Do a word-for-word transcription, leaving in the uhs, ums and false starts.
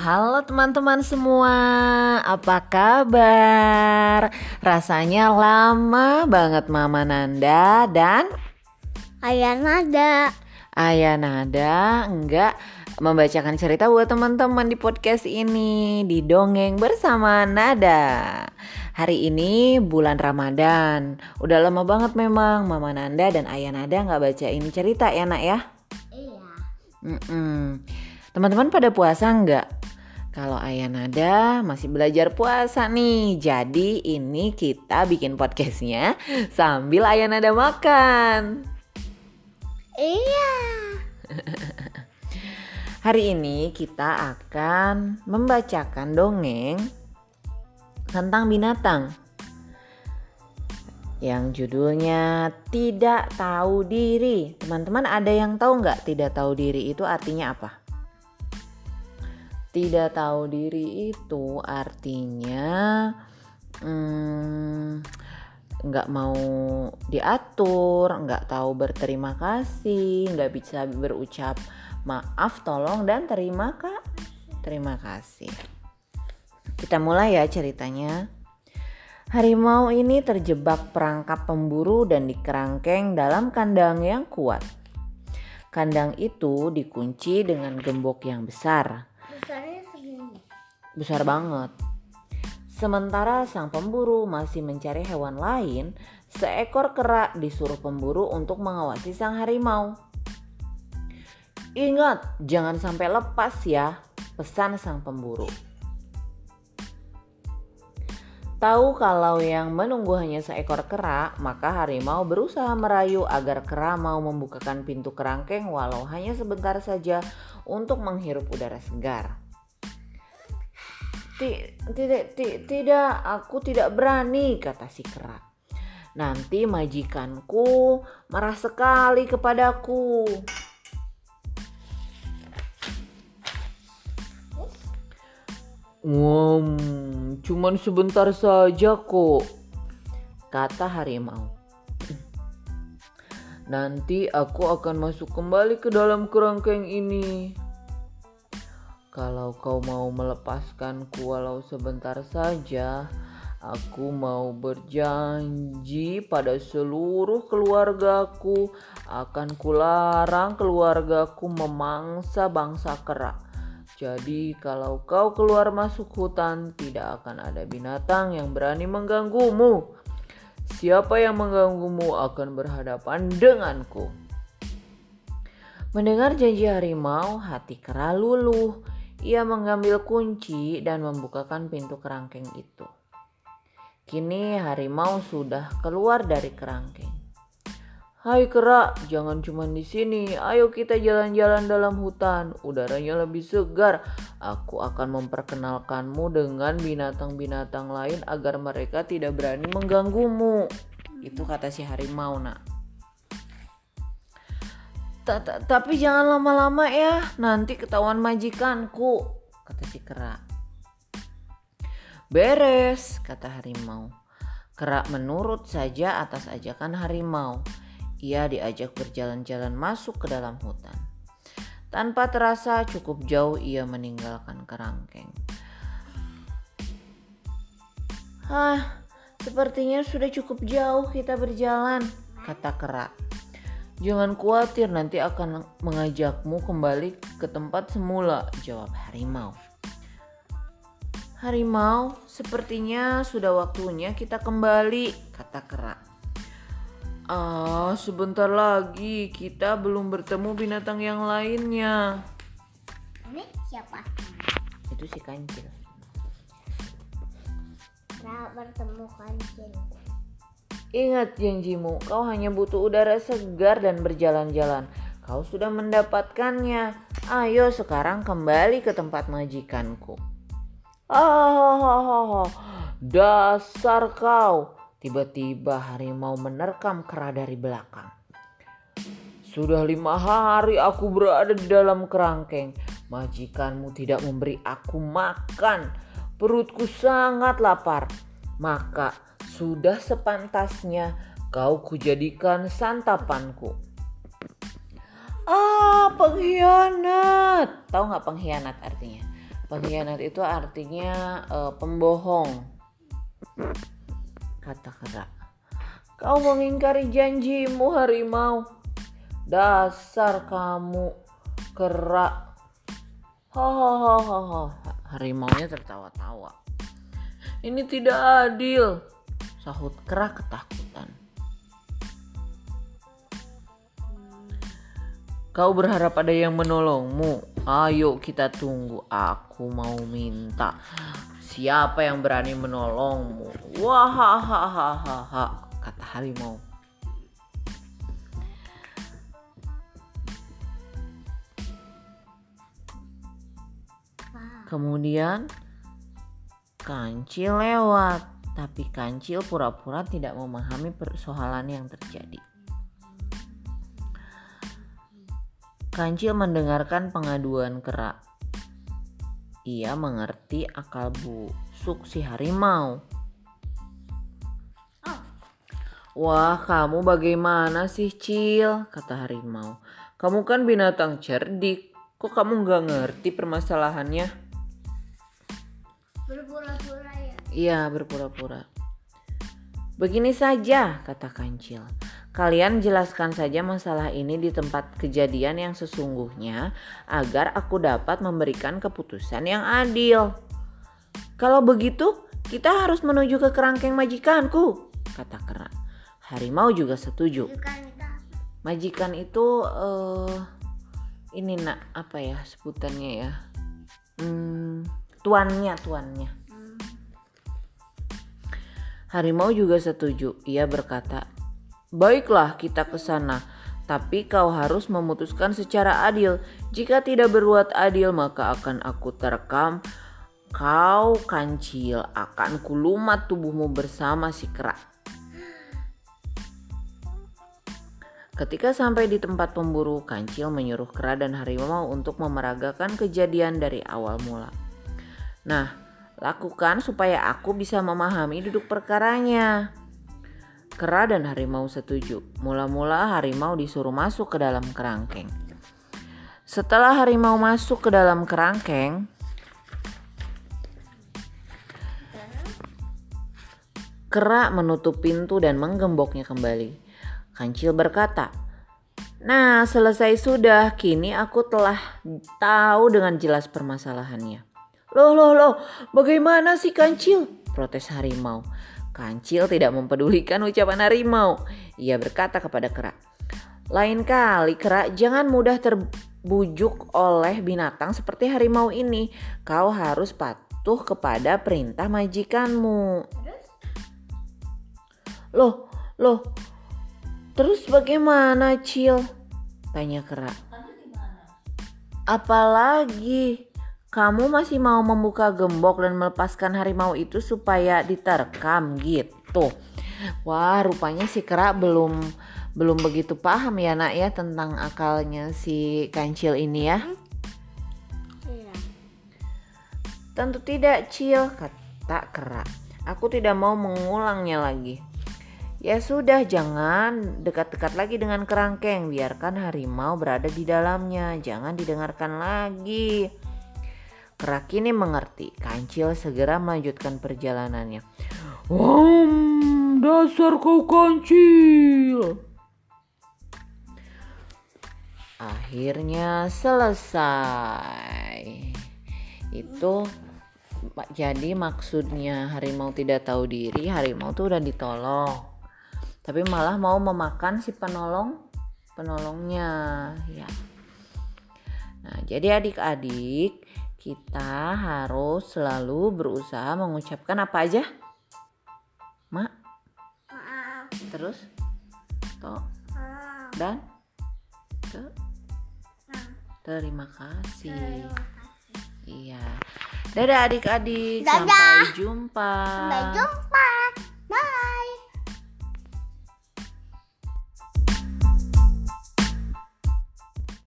Halo teman-teman semua, apa kabar? Rasanya lama banget Mama Nanda dan Ayah Nada. Ayah Nada enggak membacakan cerita buat teman-teman di podcast ini, di Dongeng Bersama Nada. Hari ini bulan Ramadan. Udah lama banget memang Mama Nanda dan Ayah Nada enggak baca ini cerita ya nak ya? Iya. Mm-mm. Teman-teman pada puasa enggak? Kalau Ayah Nada masih belajar puasa nih. Jadi ini kita bikin podcastnya sambil Ayah Nada makan. Iya. Hari ini kita akan membacakan dongeng tentang binatang yang judulnya Tidak Tahu Diri. Teman-teman ada yang tahu nggak tidak tahu diri itu artinya apa? Tidak tahu diri itu artinya hmm, nggak mau diatur, nggak tahu berterima kasih, nggak bisa berucap maaf, tolong, dan terima kak, terima kasih. Kita mulai ya ceritanya. Harimau ini terjebak perangkap pemburu dan dikerangkeng dalam kandang yang kuat. Kandang itu dikunci dengan gembok yang besar. Besarnya segini. Besar banget. Sementara sang pemburu masih mencari hewan lain, seekor kera disuruh pemburu untuk mengawasi sang harimau. Ingat, jangan sampai lepas ya, pesan sang pemburu. Tahu kalau yang menunggu hanya seekor kera, maka harimau berusaha merayu agar kera mau membukakan pintu kerangkeng walau hanya sebentar saja untuk menghirup udara segar. Tidak, tidak, aku tidak berani, kata si kera. Nanti majikanku marah sekali kepadaku. Wow, cuman sebentar saja kok, kata harimau. Nanti aku akan masuk kembali ke dalam kerangkeng ini. Kalau kau mau melepaskanku walau sebentar saja, aku mau berjanji pada seluruh keluargaku akan kularang keluargaku memangsa bangsa kera. Jadi kalau kau keluar masuk hutan, tidak akan ada binatang yang berani mengganggumu. Siapa yang mengganggumu akan berhadapan denganku. Mendengar janji harimau, hati kera luluh. Ia mengambil kunci dan membukakan pintu kerangkeng itu. Kini harimau sudah keluar dari kerangkeng. Hai kera, jangan cuma di sini. Ayo kita jalan-jalan dalam hutan. Udaranya lebih segar. Aku akan memperkenalkanmu dengan binatang-binatang lain agar mereka tidak berani mengganggumu. Itu kata si harimau, nak. Tapi jangan lama-lama ya, nanti ketahuan majikanku, kata si kera. Beres, kata harimau. Kera menurut saja atas ajakan harimau. Ia diajak berjalan-jalan masuk ke dalam hutan. Tanpa terasa cukup jauh ia meninggalkan kerangkeng. Hah, sepertinya sudah cukup jauh kita berjalan, kata kera. Jangan khawatir, nanti akan mengajakmu kembali ke tempat semula, jawab harimau. Harimau, sepertinya sudah waktunya kita kembali, kata kera. Ah, sebentar lagi, kita belum bertemu binatang yang lainnya. Ini siapa? Itu si kancil. Nah, bertemu kancil. Ingat janjimu, kau hanya butuh udara segar dan berjalan-jalan. Kau sudah mendapatkannya. Ayo sekarang kembali ke tempat majikanku. Ah, dasar kau. Tiba-tiba harimau menerkam kera dari belakang. Sudah lima hari aku berada di dalam kerangkeng. Majikanmu tidak memberi aku makan. Perutku sangat lapar. Maka sudah sepantasnya kau kujadikan santapanku. Ah, pengkhianat. Tahu gak pengkhianat artinya? Pengkhianat itu artinya uh, pembohong, kata kera. Kau mengingkari janjimu, harimau. Dasar kamu kera. Hahaha. Harimaunya tertawa-tawa. Ini tidak adil, sahut kera ketakutan. Kau berharap ada yang menolongmu? Ayo kita tunggu. Aku mau minta. Siapa yang berani menolongmu? Wahahaha, kata harimau. Kemudian Kancil lewat, tapi Kancil pura-pura tidak memahami persoalan yang terjadi. Kancil mendengarkan pengaduan kera. Ia mengerti akal busuk si harimau. Wah, kamu bagaimana sih, Cil? Kata harimau. Kamu kan binatang cerdik. Kok kamu gak ngerti permasalahannya? Berpura-pura ya? Iya, berpura-pura. Begini saja, kata Kancil. Kalian jelaskan saja masalah ini di tempat kejadian yang sesungguhnya agar aku dapat memberikan keputusan yang adil. Kalau begitu, kita harus menuju ke kerangkeng majikanku, kata kera. Harimau juga setuju. Majikan itu uh, ini nak apa ya sebutannya ya? Hmm, tuannya, tuannya. Harimau juga setuju. Ia berkata, baiklah kita ke sana, tapi kau harus memutuskan secara adil. Jika tidak berbuat adil, maka akan aku terkam. Kau Kancil, akan kulumat tubuhmu bersama si kera. Ketika sampai di tempat pemburu, Kancil menyuruh kera dan harimau untuk memeragakan kejadian dari awal mula. Nah, lakukan supaya aku bisa memahami duduk perkaranya. Kera dan harimau setuju. Mula-mula harimau disuruh masuk ke dalam kerangkeng. Setelah harimau masuk ke dalam kerangkeng, kera menutup pintu dan menggemboknya kembali. Kancil berkata, nah selesai sudah, kini aku telah tahu dengan jelas permasalahannya. Loh loh loh, bagaimana sih Kancil? Protes harimau. Kancil tidak mempedulikan ucapan harimau. Ia berkata kepada kera, lain kali kera, jangan mudah terbujuk oleh binatang seperti harimau ini. Kau harus patuh kepada perintah majikanmu. Loh, loh, terus bagaimana, Cil? Tanya kera. Apalagi? Kamu masih mau membuka gembok dan melepaskan harimau itu supaya diterkam gitu. Wah, rupanya si kera belum belum begitu paham ya nak ya tentang akalnya si Kancil ini ya. Iya. Tentu tidak, Cil, kata kera. Aku tidak mau mengulangnya lagi. Ya sudah, jangan dekat-dekat lagi dengan kerangkeng. Biarkan harimau berada di dalamnya. Jangan didengarkan lagi. Kera kini mengerti. Kancil segera melanjutkan perjalanannya. Wam, dasar kau Kancil. Akhirnya selesai. Itu jadi maksudnya harimau tidak tahu diri. Harimau tuh udah ditolong, tapi malah mau memakan si penolong penolongnya ya. Nah, jadi adik-adik, kita harus selalu berusaha mengucapkan apa aja? Mak? Maaf. Terus? Tok? Maaf. Dan? Ke? Nah, Terima kasih. terima kasih. Iya. Dadah adik-adik. Dadah. Sampai jumpa. Sampai jumpa.